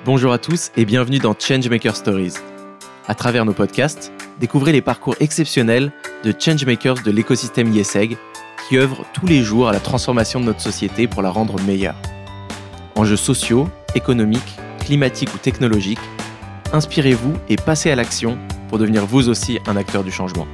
Bonjour à tous et bienvenue dans Changemaker Stories. À travers nos podcasts, découvrez les parcours exceptionnels de changemakers de l'écosystème ISEG qui œuvrent tous les jours à la transformation de notre société pour la rendre meilleure. Enjeux sociaux, économiques, climatiques ou technologiques, inspirez-vous et passez à l'action pour devenir vous aussi un acteur du changement.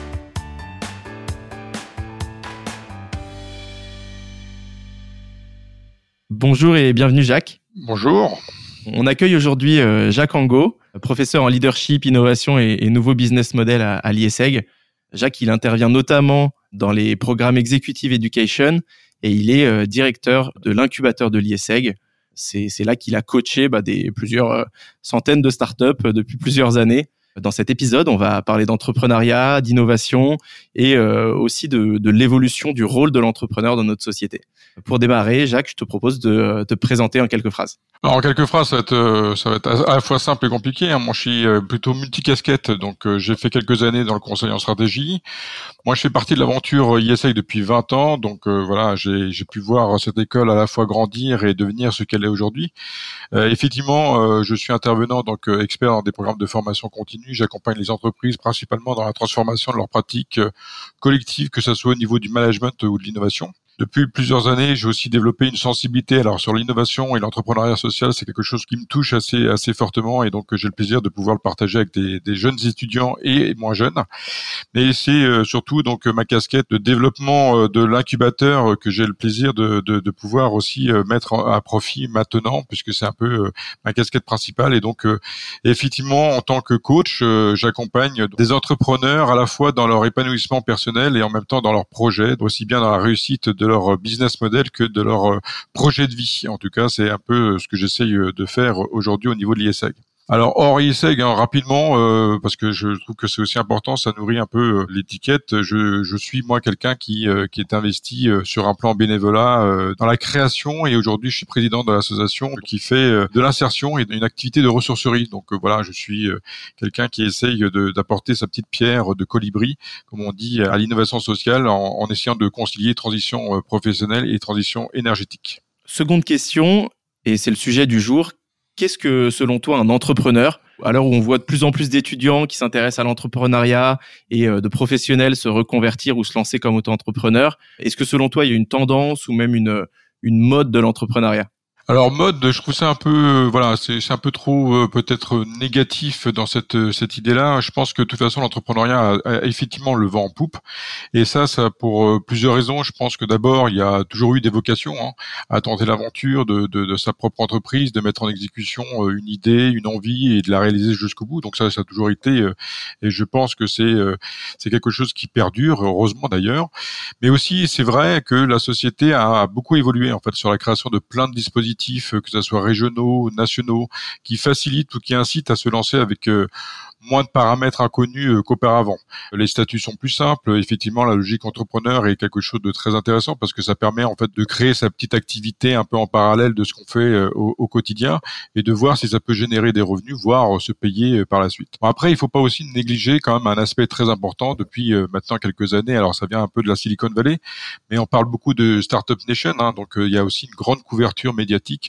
Bonjour et bienvenue Jacques. Bonjour. On accueille aujourd'hui Jacques Angot, professeur en leadership, innovation et nouveaux business models à l'ISEG. Jacques, il intervient notamment dans les programmes Executive Education et il est directeur de l'incubateur de l'ISEG. C'est là qu'il a coaché plusieurs centaines de startups depuis plusieurs années. Dans cet épisode, on va parler d'entrepreneuriat, d'innovation et aussi de l'évolution du rôle de l'entrepreneur dans notre société. Pour démarrer, Jacques, je te propose de te présenter en quelques phrases. Alors, en quelques phrases, ça va être à la fois simple et compliqué. Moi, je suis plutôt multicasquette, donc j'ai fait quelques années dans le conseil en stratégie. Moi, je fais partie de l'aventure ISEG depuis 20 ans, donc voilà, j'ai pu voir cette école à la fois grandir et devenir ce qu'elle est aujourd'hui. Effectivement, je suis intervenant, donc expert dans des programmes de formation continue. J'accompagne les entreprises principalement dans la transformation de leurs pratiques collectives, que ce soit au niveau du management ou de l'innovation. Depuis plusieurs années, j'ai aussi développé une sensibilité sur l'innovation et l'entrepreneuriat social. C'est quelque chose qui me touche assez fortement et donc j'ai le plaisir de pouvoir le partager avec des jeunes étudiants et moins jeunes. Mais c'est surtout donc ma casquette de développement de l'incubateur que j'ai le plaisir de pouvoir aussi mettre à profit maintenant, puisque c'est un peu ma casquette principale. Et donc effectivement, en tant que coach, j'accompagne des entrepreneurs à la fois dans leur épanouissement personnel et en même temps dans leur projet, aussi bien dans la réussite de leur business model que de leur projet de vie. En tout cas, c'est un peu ce que j'essaye de faire aujourd'hui au niveau de l'ISEG. Alors hors ISEG, rapidement, parce que je trouve que c'est aussi important, ça nourrit un peu l'étiquette. Je suis moi quelqu'un qui est investi sur un plan bénévolat dans la création et aujourd'hui je suis président de l'association qui fait de l'insertion et d'une activité de ressourcerie. Donc voilà, je suis quelqu'un qui essaye d'apporter sa petite pierre de colibri, comme on dit, à l'innovation sociale en essayant de concilier transition professionnelle et transition énergétique. Seconde question, et c'est le sujet du jour. Qu'est-ce que, selon toi, un entrepreneur, à l'heure où on voit de plus en plus d'étudiants qui s'intéressent à l'entrepreneuriat et de professionnels se reconvertir ou se lancer comme auto-entrepreneur, est-ce que, selon toi, il y a une tendance ou même une mode de l'entrepreneuriat ? Alors mode, je trouve ça un peu c'est un peu trop peut-être négatif dans cette idée-là. Je pense que de toute façon l'entrepreneuriat a effectivement le vent en poupe et ça pour plusieurs raisons. Je pense que d'abord il y a toujours eu des vocations à tenter l'aventure de sa propre entreprise, de mettre en exécution une idée, une envie et de la réaliser jusqu'au bout. Donc ça a toujours été et je pense que c'est quelque chose qui perdure, heureusement d'ailleurs. Mais aussi c'est vrai que la société a beaucoup évolué en fait sur la création de plein de dispositifs, que ce soit régionaux, nationaux, qui facilitent ou qui incitent à se lancer avec moins de paramètres inconnus qu'auparavant. Les statuts sont plus simples. Effectivement, la logique entrepreneur est quelque chose de très intéressant parce que ça permet en fait de créer sa petite activité un peu en parallèle de ce qu'on fait au quotidien et de voir si ça peut générer des revenus, voire se payer par la suite. Bon, après, il faut pas aussi négliger quand même un aspect très important depuis maintenant quelques années. Alors, ça vient un peu de la Silicon Valley, mais on parle beaucoup de Startup Nation. Donc, il y a aussi une grande couverture médiatique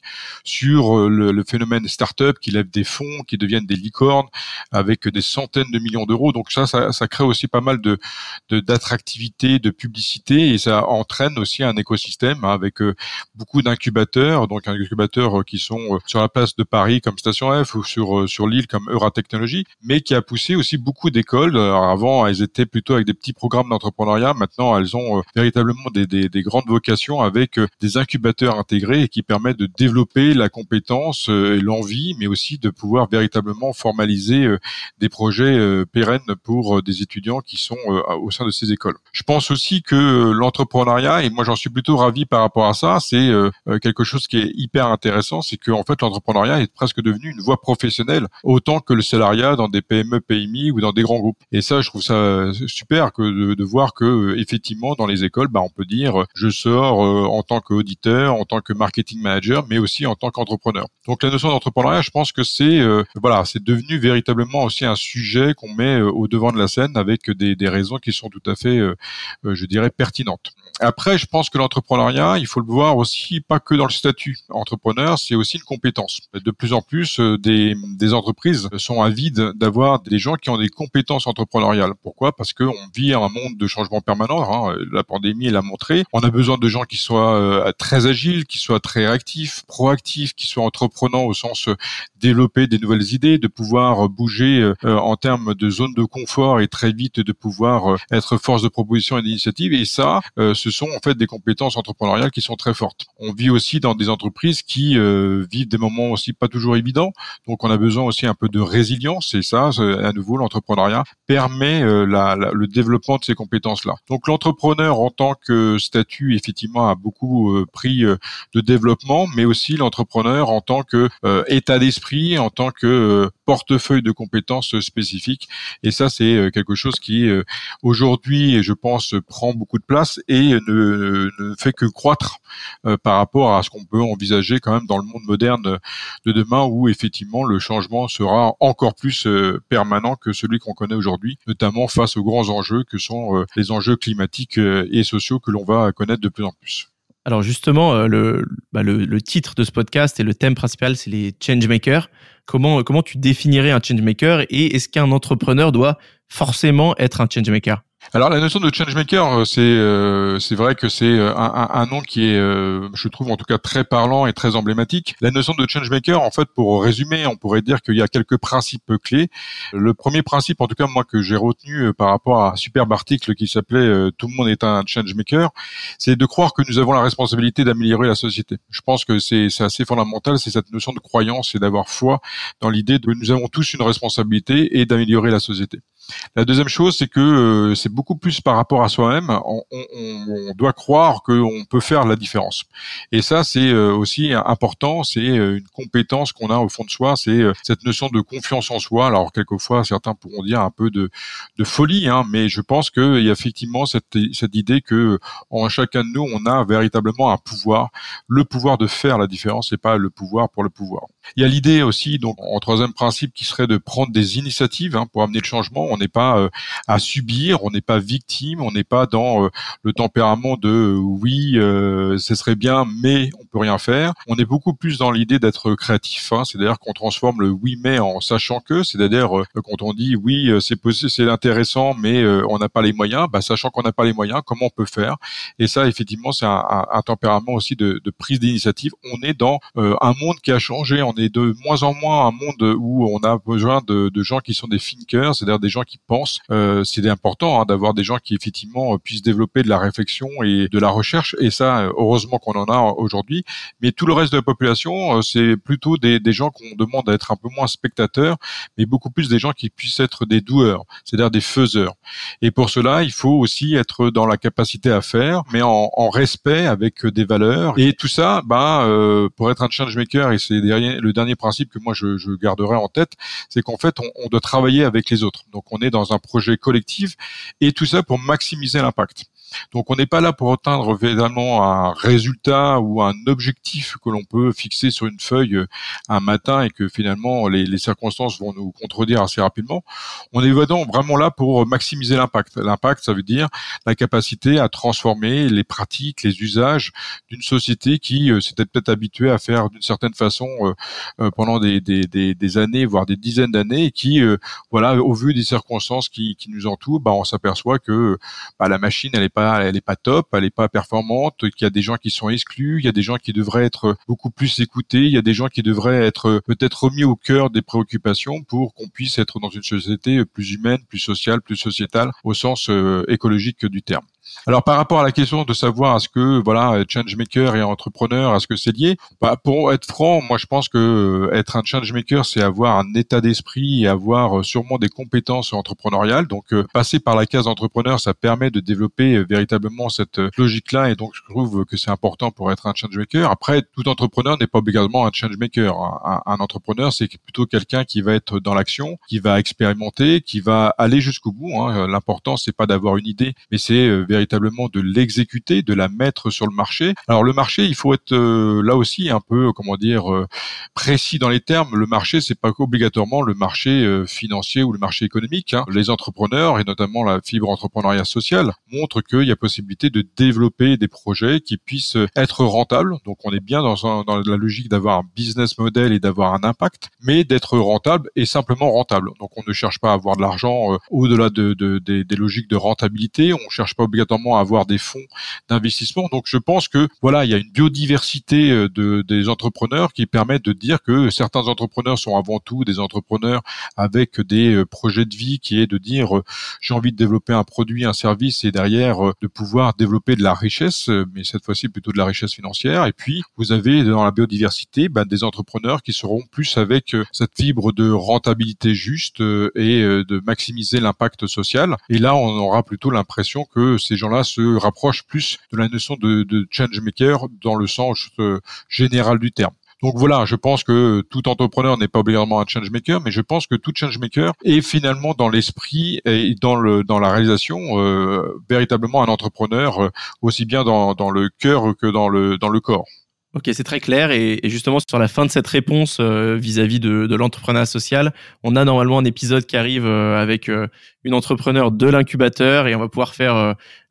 sur le phénomène startup qui lève des fonds, qui deviennent des licornes avec des centaines de millions d'euros. Donc ça crée aussi pas mal d'attractivité, de publicité et ça entraîne aussi un écosystème avec beaucoup d'incubateurs, donc incubateurs qui sont sur la place de Paris comme Station F ou sur l'île comme Euratechnologie, mais qui a poussé aussi beaucoup d'écoles. Alors avant, elles étaient plutôt avec des petits programmes d'entrepreneuriat. Maintenant, elles ont véritablement des grandes vocations avec des incubateurs intégrés et qui permettent de développer la compétence et l'envie, mais aussi de pouvoir véritablement formaliser des projets pérennes pour des étudiants qui sont au sein de ces écoles. Je pense aussi que l'entrepreneuriat, et moi j'en suis plutôt ravi par rapport à ça, c'est quelque chose qui est hyper intéressant, c'est que en fait l'entrepreneuriat est presque devenu une voie professionnelle autant que le salariat dans des PME, PMI ou dans des grands groupes. Et ça, je trouve ça super que de voir que effectivement dans les écoles, on peut dire je sors en tant qu'auditeur, en tant que marketing manager, mais aussi en tant qu'entrepreneur. Donc la notion d'entrepreneuriat, je pense que c'est devenu véritablement aussi aussi un sujet qu'on met au devant de la scène avec des raisons qui sont tout à fait, je dirais, pertinentes. Après, je pense que l'entrepreneuriat, il faut le voir aussi pas que dans le statut. Entrepreneur, c'est aussi une compétence. De plus en plus, des entreprises sont avides d'avoir des gens qui ont des compétences entrepreneuriales. Pourquoi ? Parce qu'on vit un monde de changement permanent. La pandémie l'a montré. On a besoin de gens qui soient très agiles, qui soient très réactifs, proactifs, qui soient entreprenants au sens développer des nouvelles idées, de pouvoir bouger en termes de zone de confort et très vite de pouvoir être force de proposition et d'initiative. Et ça, ce sont en fait des compétences entrepreneuriales qui sont très fortes. On vit aussi dans des entreprises qui vivent des moments aussi pas toujours évidents. Donc on a besoin aussi un peu de résilience. Et ça, à nouveau, l'entrepreneuriat permet le développement de ces compétences-là. Donc l'entrepreneur en tant que statut, effectivement, a beaucoup pris de développement, mais aussi l'entrepreneur en tant que état d'esprit, en tant que portefeuille de compétences spécifiques. Et ça, c'est quelque chose qui aujourd'hui, je pense, prend beaucoup de place et ne fait que croître par rapport à ce qu'on peut envisager quand même dans le monde moderne de demain, où effectivement le changement sera encore plus permanent que celui qu'on connaît aujourd'hui, notamment face aux grands enjeux que sont les enjeux climatiques et sociaux que l'on va connaître de plus en plus. Alors justement, le titre de ce podcast et le thème principal, c'est les changemakers. Comment tu définirais un changemaker et est-ce qu'un entrepreneur doit forcément être un changemaker ? Alors la notion de changemaker, c'est vrai que c'est un nom qui est, je trouve en tout cas très parlant et très emblématique. La notion de changemaker, en fait, pour résumer, on pourrait dire qu'il y a quelques principes clés. Le premier principe, en tout cas moi que j'ai retenu par rapport à un superbe article qui s'appelait Tout le monde est un changemaker, c'est de croire que nous avons la responsabilité d'améliorer la société. Je pense que c'est assez fondamental, c'est cette notion de croyance et d'avoir foi dans l'idée que nous avons tous une responsabilité et d'améliorer la société. La deuxième chose, c'est que c'est beaucoup plus par rapport à soi-même. On doit croire qu'on peut faire la différence. Et ça, c'est aussi important. C'est une compétence qu'on a au fond de soi. C'est cette notion de confiance en soi. Alors, quelquefois, certains pourront dire un peu de folie, mais je pense qu'il y a effectivement cette idée que en chacun de nous, on a véritablement un pouvoir, le pouvoir de faire la différence et pas le pouvoir pour le pouvoir. Il y a l'idée aussi, donc, en troisième principe, qui serait de prendre des initiatives pour amener le changement. On n'est pas à subir, on n'est pas victime, on n'est pas dans le tempérament de oui, ce serait bien, mais on peut rien faire. On est beaucoup plus dans l'idée d'être créatif. C'est-à-dire qu'on transforme le oui mais en sachant que, c'est-à-dire quand on dit oui, c'est possible, c'est intéressant, mais on n'a pas les moyens, sachant qu'on n'a pas les moyens, comment on peut faire ? Et ça, effectivement, c'est un tempérament aussi de prise d'initiative. On est dans un monde qui a changé. On est de moins en moins un monde où on a besoin de gens qui sont des thinkers, c'est-à-dire des gens qui pensent. C'est important d'avoir des gens qui effectivement puissent développer de la réflexion et de la recherche, et ça, heureusement qu'on en a aujourd'hui. Mais tout le reste de la population, c'est plutôt des gens qu'on demande à être un peu moins spectateurs, mais beaucoup plus des gens qui puissent être des doueurs, c'est-à-dire des faiseurs. Et pour cela, il faut aussi être dans la capacité à faire, mais en respect avec des valeurs. Et tout ça, pour être un changemaker, et c'est le dernier principe que moi je garderai en tête, c'est qu'en fait, on doit travailler avec les autres. Donc, on est dans un projet collectif et tout ça pour maximiser l'impact. Donc, on n'est pas là pour atteindre évidemment un résultat ou un objectif que l'on peut fixer sur une feuille un matin et que finalement les circonstances vont nous contredire assez rapidement. On est vraiment là pour maximiser l'impact. L'impact, ça veut dire la capacité à transformer les pratiques, les usages d'une société qui s'était peut-être habituée à faire d'une certaine façon pendant des années, voire des dizaines d'années, et qui, au vu des circonstances qui nous entourent, on s'aperçoit que la machine, elle est pas top, elle est pas performante, qu'il y a des gens qui sont exclus, il y a des gens qui devraient être beaucoup plus écoutés, il y a des gens qui devraient être peut-être remis au cœur des préoccupations pour qu'on puisse être dans une société plus humaine, plus sociale, plus sociétale, au sens écologique du terme. Alors par rapport à la question de savoir est-ce que changemaker et entrepreneur, est-ce que c'est lié ? Pour être franc, moi je pense que être un changemaker, c'est avoir un état d'esprit et avoir sûrement des compétences entrepreneuriales. Donc passer par la case entrepreneur, ça permet de développer véritablement cette logique-là, et donc je trouve que c'est important pour être un changemaker. Après, tout entrepreneur n'est pas obligatoirement un changemaker. Un entrepreneur, c'est plutôt quelqu'un qui va être dans l'action, qui va expérimenter, qui va aller jusqu'au bout. L'important, c'est pas d'avoir une idée, mais c'est véritablement de l'exécuter, de la mettre sur le marché. Alors le marché, il faut être là aussi un peu, précis dans les termes. Le marché, c'est pas obligatoirement le marché financier ou le marché économique. Les entrepreneurs, et notamment la fibre entrepreneuriat social, montrent qu'il y a possibilité de développer des projets qui puissent être rentables. Donc on est bien dans la logique d'avoir un business model et d'avoir un impact, mais d'être rentable et simplement rentable. Donc on ne cherche pas à avoir de l'argent au-delà des logiques de rentabilité. On cherche pas obligatoirement à avoir des fonds d'investissement. Donc je pense que voilà, il y a une biodiversité des entrepreneurs qui permettent de dire que certains entrepreneurs sont avant tout des entrepreneurs avec des projets de vie qui est de dire j'ai envie de développer un produit, un service et derrière de pouvoir développer de la richesse, mais cette fois-ci plutôt de la richesse financière. Et puis vous avez dans la biodiversité des entrepreneurs qui seront plus avec cette fibre de rentabilité juste et de maximiser l'impact social. Et là, on aura plutôt l'impression que ces gens-là se rapprochent plus de la notion de change maker dans le sens général du terme. Donc voilà, je pense que tout entrepreneur n'est pas obligatoirement un change maker, mais je pense que tout change maker est finalement dans l'esprit et dans la réalisation véritablement un entrepreneur aussi bien dans le cœur que dans le corps. Ok, c'est très clair. Et justement, sur la fin de cette réponse vis-à-vis de l'entrepreneuriat social, on a normalement un épisode qui arrive avec une entrepreneur de l'incubateur et on va pouvoir faire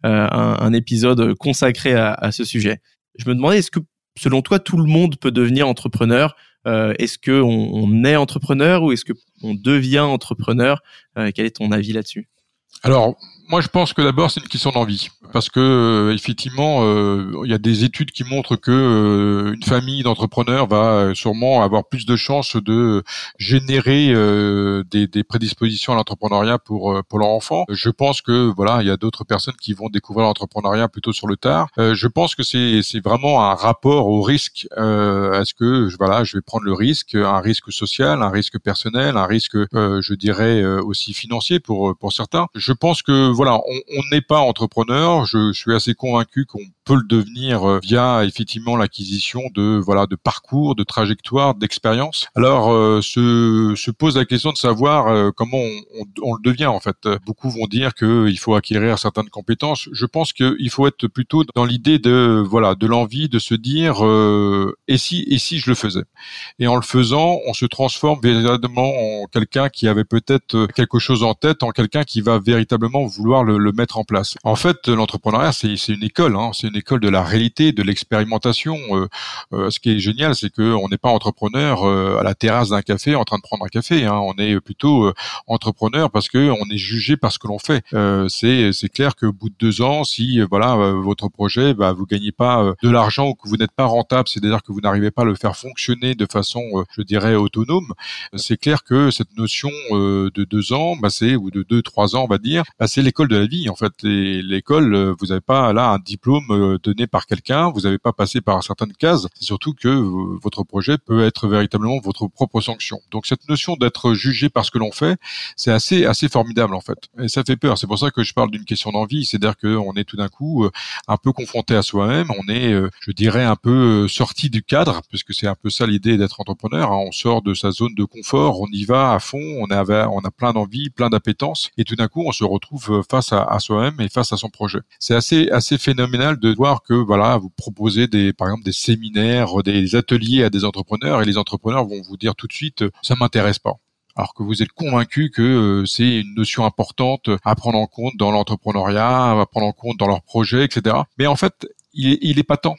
un épisode consacré à ce sujet. Je me demandais, est-ce que selon toi, tout le monde peut devenir entrepreneur? Est-ce qu'on est entrepreneur ou est-ce qu'on devient entrepreneur? Quel est ton avis là-dessus? Alors, moi, je pense que d'abord, c'est une question d'envie. Parce que effectivement, il y a des études qui montrent que une famille d'entrepreneurs va sûrement avoir plus de chances de générer des prédispositions à l'entrepreneuriat pour leur enfant. Je pense que voilà, il y a d'autres personnes qui vont découvrir l'entrepreneuriat plutôt sur le tard. Je pense que c'est vraiment un rapport au risque. Est-ce que je vais prendre le risque, un risque social, un risque personnel, un risque, je dirais aussi financier pour certains. Je pense que voilà, on n'est pas entrepreneur. Je suis assez convaincu qu'on peut le devenir via effectivement l'acquisition de parcours, de trajectoires, d'expériences. Alors se pose la question de savoir comment on le devient en fait. Beaucoup vont dire qu'il faut acquérir certaines compétences. Je pense qu'il faut être plutôt dans l'idée de l'envie de se dire et si je le faisais. Et en le faisant, on se transforme véritablement en quelqu'un qui avait peut-être quelque chose en tête, en quelqu'un qui va véritablement vouloir le mettre en place. En fait, l'entrepreneuriat, c'est une école, c'est une école de la réalité, de l'expérimentation. Ce qui est génial, c'est que on n'est pas entrepreneur à la terrasse d'un café en train de prendre un café. On est plutôt entrepreneur parce que on est jugé par ce que l'on fait. C'est clair qu'au bout de 2 ans, si votre projet, vous gagnez pas de l'argent ou que vous n'êtes pas rentable, c'est-à-dire que vous n'arrivez pas à le faire fonctionner de façon, je dirais, autonome, c'est clair que cette notion de 2 ans, ou de 2-3 ans, on va dire, c'est l'école de la vie en fait. Et l'école, vous n'avez pas là un diplôme donné par quelqu'un, vous n'avez pas passé par certaines cases. C'est surtout que votre projet peut être véritablement votre propre sanction. Donc cette notion d'être jugé par ce que l'on fait, c'est assez formidable en fait. Et ça fait peur. C'est pour ça que je parle d'une question d'envie. C'est-à-dire qu'on est tout d'un coup un peu confronté à soi-même. On est, je dirais, un peu sorti du cadre, puisque c'est un peu ça l'idée d'être entrepreneur. On sort de sa zone de confort, on y va à fond, on a plein d'envie, plein d'appétence, et tout d'un coup on se retrouve face à soi-même et face à son projet. C'est assez phénoménal de voir que vous proposez par exemple des séminaires, des ateliers à des entrepreneurs, et les entrepreneurs vont vous dire tout de suite ça m'intéresse pas. Alors que vous êtes convaincu que c'est une notion importante à prendre en compte dans l'entrepreneuriat, à prendre en compte dans leurs projets, etc. Mais en fait, il est pas temps.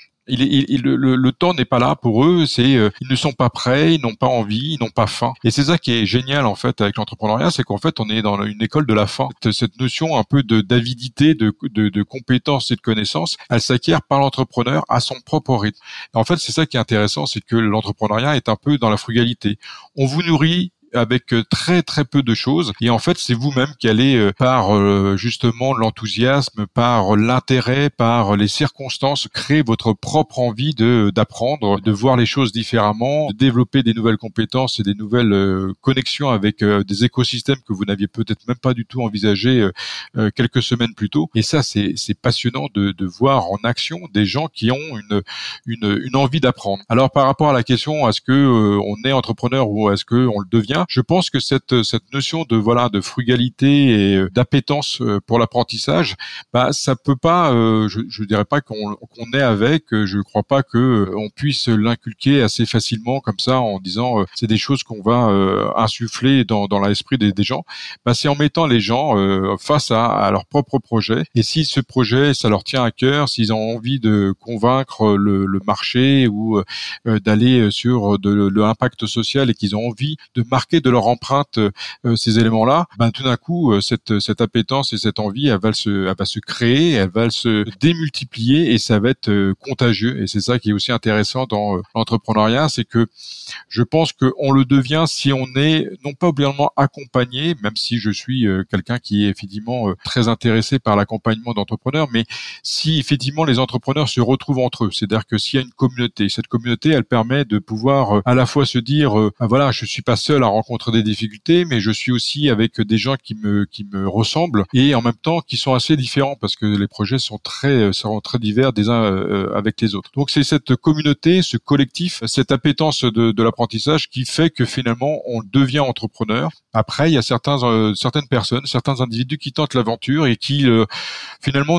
Le temps n'est pas là pour eux. Ils ne sont pas prêts, ils n'ont pas envie, ils n'ont pas faim. Et c'est ça qui est génial en fait avec l'entrepreneuriat, c'est qu'en fait on est dans une école de la faim. Cette notion un peu d'avidité, de compétences et de connaissances, elle s'acquiert par l'entrepreneur à son propre rythme. Et en fait, c'est ça qui est intéressant, c'est que l'entrepreneuriat est un peu dans la frugalité. On vous nourrit avec très très peu de choses, et en fait c'est vous-même qui allez par justement l'enthousiasme, par l'intérêt, par les circonstances, créer votre propre envie d'apprendre, de voir les choses différemment, de développer des nouvelles compétences et des nouvelles connexions avec des écosystèmes que vous n'aviez peut-être même pas du tout envisagé quelques semaines plus tôt. Et ça c'est passionnant de voir en action des gens qui ont une envie d'apprendre. Alors par rapport à la question est-ce que on est entrepreneur ou est-ce que on le devient, je pense que cette notion de frugalité et d'appétence pour l'apprentissage, ça peut pas, je dirais pas qu'on est avec. Je crois pas que on puisse l'inculquer assez facilement comme ça en disant c'est des choses qu'on va insuffler dans l'esprit des gens. C'est en mettant les gens face à leur propre projet. Et si ce projet, ça leur tient à cœur, s'ils ont envie de convaincre le marché ou d'aller sur de l'impact social et qu'ils ont envie de marquer de leur empreinte ces éléments-là, tout d'un coup, cette appétence et cette envie, elle va se créer, elle va se démultiplier et ça va être contagieux. Et c'est ça qui est aussi intéressant dans l'entrepreneuriat, c'est que je pense qu'on le devient si on est non pas obligatoirement accompagné, même si je suis quelqu'un qui est effectivement très intéressé par l'accompagnement d'entrepreneurs, mais si effectivement les entrepreneurs se retrouvent entre eux, c'est-à-dire que s'il y a une communauté, cette communauté, elle permet de pouvoir à la fois se dire voilà, je suis pas seul à rencontrer des difficultés, mais je suis aussi avec des gens qui me ressemblent et en même temps qui sont assez différents parce que les projets sont très divers des uns avec les autres. Donc c'est cette communauté, ce collectif, cette appétence de l'apprentissage qui fait que finalement on devient entrepreneur. Après, il y a certaines personnes, certains individus qui tentent l'aventure et qui finalement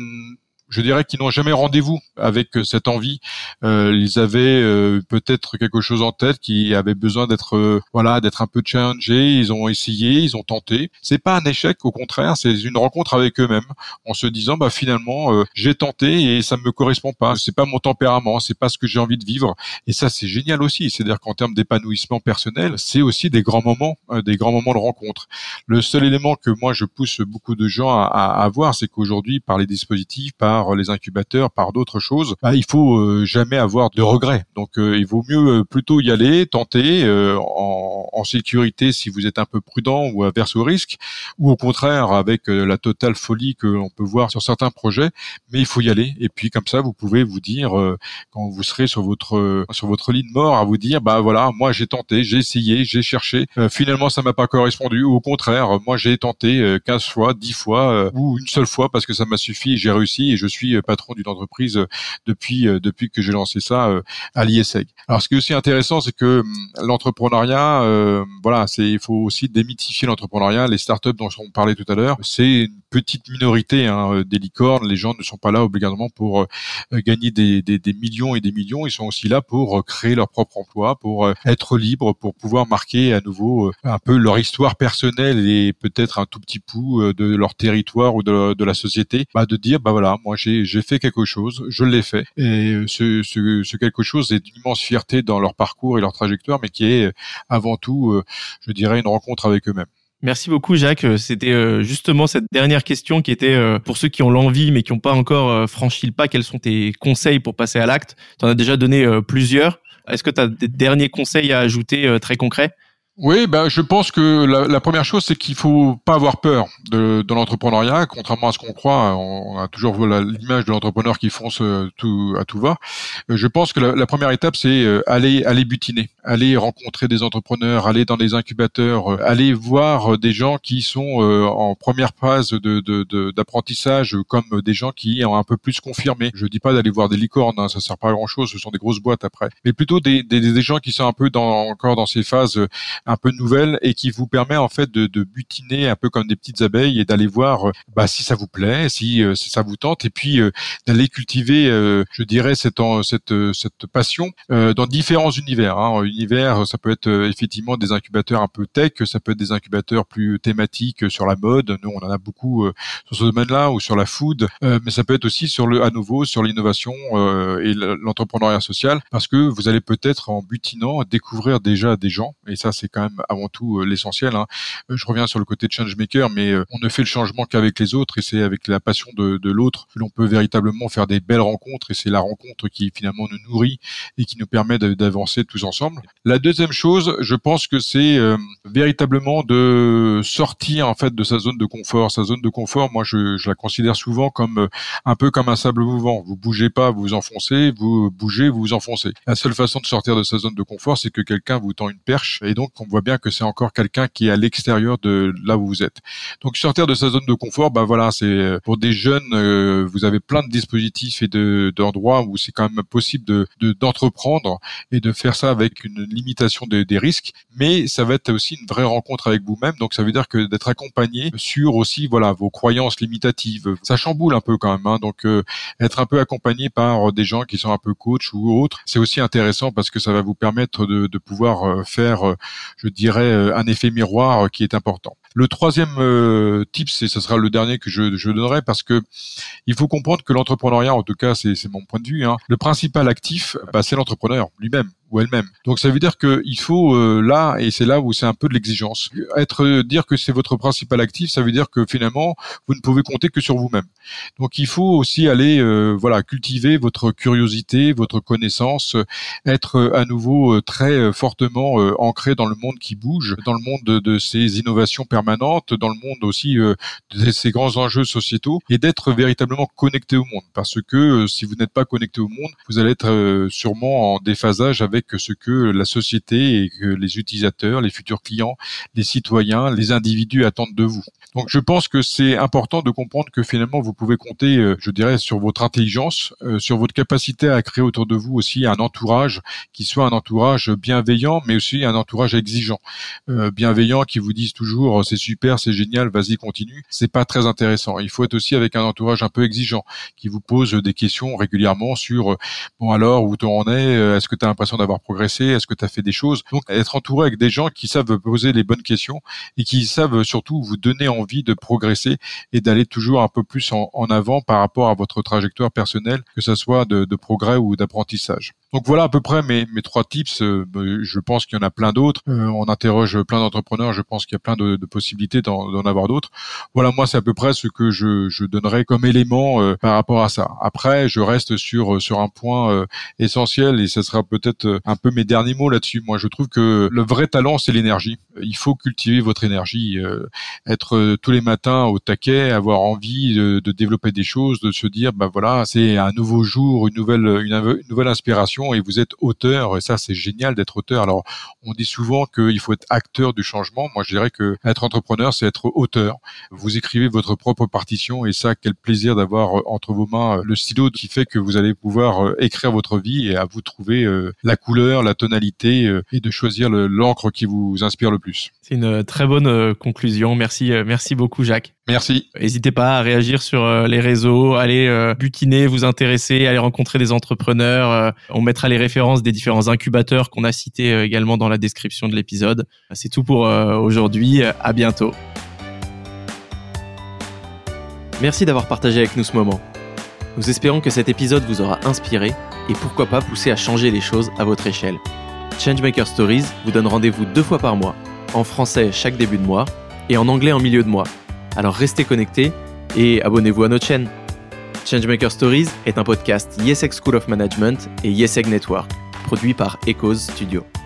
je dirais qu'ils n'ont jamais rendez-vous avec cette envie. Ils avaient peut-être quelque chose en tête qui avait besoin d'être un peu challengé. Ils ont essayé, ils ont tenté. C'est pas un échec, au contraire, c'est une rencontre avec eux-mêmes en se disant finalement j'ai tenté et ça me correspond pas. C'est pas mon tempérament, c'est pas ce que j'ai envie de vivre. Et ça c'est génial aussi. C'est-à-dire qu'en termes d'épanouissement personnel, c'est aussi des grands moments de rencontre. Le seul élément que moi je pousse beaucoup de gens à avoir, c'est qu'aujourd'hui par les dispositifs, par les incubateurs, par d'autres choses, il faut jamais avoir de regrets. Donc il vaut mieux plutôt y aller, tenter en sécurité si vous êtes un peu prudent ou averse au risque, ou au contraire avec la totale folie que l'on peut voir sur certains projets. Mais il faut y aller. Et puis comme ça, vous pouvez vous dire quand vous serez sur votre lit de mort, à vous dire voilà, moi j'ai tenté, j'ai essayé, j'ai cherché. Finalement, ça m'a pas correspondu. Ou au contraire, moi j'ai tenté 15 fois, 10 fois ou une seule fois parce que ça m'a suffi, j'ai réussi et je suis patron d'une entreprise depuis que j'ai lancé ça à l'ISEG. Alors ce qui est aussi intéressant, c'est que l'entrepreneuriat, il faut aussi démythifier l'entrepreneuriat. Les startups dont on parlait tout à l'heure, c'est une petite minorité des licornes. Les gens ne sont pas là obligatoirement pour gagner des millions et des millions. Ils sont aussi là pour créer leur propre emploi, pour être libres, pour pouvoir marquer à nouveau un peu leur histoire personnelle et peut-être un tout petit bout de leur territoire ou de la société. De dire voilà, moi j'ai fait quelque chose, je l'ai fait. Et ce quelque chose est d'une immense fierté dans leur parcours et leur trajectoire, mais qui est avant tout, je dirais, une rencontre avec eux-mêmes. Merci beaucoup Jacques. C'était justement cette dernière question qui était pour ceux qui ont l'envie mais qui n'ont pas encore franchi le pas. Quels sont tes conseils pour passer à l'acte? Tu en as déjà donné plusieurs. Est-ce que tu as des derniers conseils à ajouter très concrets? Oui, je pense que la première chose, c'est qu'il faut pas avoir peur de l'entrepreneuriat, contrairement à ce qu'on croit. On a toujours l'image de l'entrepreneur qui fonce à tout va. Je pense que la première étape, c'est aller butiner, aller rencontrer des entrepreneurs, aller dans des incubateurs, aller voir des gens qui sont en première phase d'apprentissage, comme des gens qui ont un peu plus confirmé. Je dis pas d'aller voir des licornes, ça sert pas à grand chose, ce sont des grosses boîtes après, mais plutôt des gens qui sont un peu encore dans ces phases un peu nouvelle et qui vous permet en fait de butiner un peu comme des petites abeilles et d'aller voir si ça vous plaît, si ça vous tente, et puis d'aller cultiver, je dirais, cette passion dans différents univers. Univers, ça peut être effectivement des incubateurs un peu tech, ça peut être des incubateurs plus thématiques sur la mode. Nous, on en a beaucoup sur ce domaine-là, ou sur la food, mais ça peut être aussi sur l'innovation et l'entrepreneuriat social, parce que vous allez peut-être en butinant découvrir déjà des gens, et ça c'est quand même avant tout l'essentiel. Je reviens sur le côté de changemaker, mais on ne fait le changement qu'avec les autres, et c'est avec la passion de l'autre que l'on peut véritablement faire des belles rencontres, et c'est la rencontre qui finalement nous nourrit et qui nous permet d'avancer tous ensemble. La deuxième chose, je pense que c'est véritablement de sortir en fait de sa zone de confort. Sa zone de confort, moi je la considère souvent comme un peu comme un sable mouvant. Vous bougez pas, vous vous enfoncez, vous bougez, vous vous enfoncez. La seule façon de sortir de sa zone de confort, c'est que quelqu'un vous tend une perche, et donc on voit bien que c'est encore quelqu'un qui est à l'extérieur de là où vous êtes. Donc sortir de sa zone de confort, c'est pour des jeunes, vous avez plein de dispositifs et d'endroits où c'est quand même possible d'entreprendre et de faire ça avec une limitation des risques, mais ça va être aussi une vraie rencontre avec vous-même. Donc ça veut dire que d'être accompagné sur aussi vos croyances limitatives. Ça chamboule un peu quand même, hein. Donc être un peu accompagné par des gens qui sont un peu coach ou autres, c'est aussi intéressant parce que ça va vous permettre de pouvoir faire, je dirais, un effet miroir qui est important. Le troisième tips, et ce sera le dernier que je donnerai, parce que il faut comprendre que l'entrepreneuriat, en tout cas c'est mon point de vue, hein, le principal actif, c'est l'entrepreneur lui-même ou elle-même. Donc ça veut dire que il faut là, et c'est là où c'est un peu de l'exigence, dire que c'est votre principal actif, ça veut dire que finalement vous ne pouvez compter que sur vous-même. Donc il faut aussi aller cultiver votre curiosité, votre connaissance, être à nouveau très fortement ancré dans le monde qui bouge, dans le monde de ces innovations permanentes, dans le monde aussi de ces grands enjeux sociétaux, et d'être véritablement connecté au monde. Parce que si vous n'êtes pas connecté au monde, vous allez être sûrement en déphasage avec ce que la société et que les utilisateurs, les futurs clients, les citoyens, les individus attendent de vous. Donc je pense que c'est important de comprendre que finalement vous pouvez compter, je dirais, sur votre intelligence, sur votre capacité à créer autour de vous aussi un entourage qui soit un entourage bienveillant, mais aussi un entourage exigeant. Bienveillant qui vous dise toujours c'est super, c'est génial, vas-y continue. C'est pas très intéressant. Il faut être aussi avec un entourage un peu exigeant qui vous pose des questions régulièrement sur bon alors où t'en es, est-ce que tu as l'impression d'avoir progressé, est-ce que tu as fait des choses. Donc être entouré avec des gens qui savent poser les bonnes questions et qui savent surtout vous donner envie de progresser et d'aller toujours un peu plus en avant par rapport à votre trajectoire personnelle, que ça soit de progrès ou d'apprentissage. Donc voilà à peu près mes 3 tips. Je pense qu'il y en a plein d'autres. On interroge plein d'entrepreneurs. Je pense qu'il y a plein de possibilités d'en avoir d'autres. Voilà, moi c'est à peu près ce que je donnerais comme élément par rapport à ça. Après, je reste sur un point essentiel et ce sera peut-être un peu mes derniers mots là-dessus. Moi, je trouve que le vrai talent, c'est l'énergie. Il faut cultiver votre énergie, être tous les matins au taquet, avoir envie de développer des choses, de se dire c'est un nouveau jour, une nouvelle inspiration. Et vous êtes auteur, et ça c'est génial d'être auteur. Alors on dit souvent qu'il faut être acteur du changement. Moi je dirais que être entrepreneur c'est être auteur. Vous écrivez votre propre partition et ça quel plaisir d'avoir entre vos mains le stylo qui fait que vous allez pouvoir écrire votre vie et à vous trouver la couleur, la tonalité et de choisir l'encre qui vous inspire le plus. C'est une très bonne conclusion. Merci beaucoup Jacques. Merci. N'hésitez pas à réagir sur les réseaux, allez butiner, vous intéresser, allez rencontrer des entrepreneurs. On mettra les références des différents incubateurs qu'on a cités également dans la description de l'épisode. C'est tout pour aujourd'hui. À bientôt. Merci d'avoir partagé avec nous ce moment. Nous espérons que cet épisode vous aura inspiré et pourquoi pas poussé à changer les choses à votre échelle. Changemaker Stories vous donne rendez-vous 2 fois par mois, en français chaque début de mois et en anglais en milieu de mois. Alors restez connectés et abonnez-vous à notre chaîne. Changemaker Stories est un podcast YesEg School of Management et YesEg Network, produit par Echoes Studio.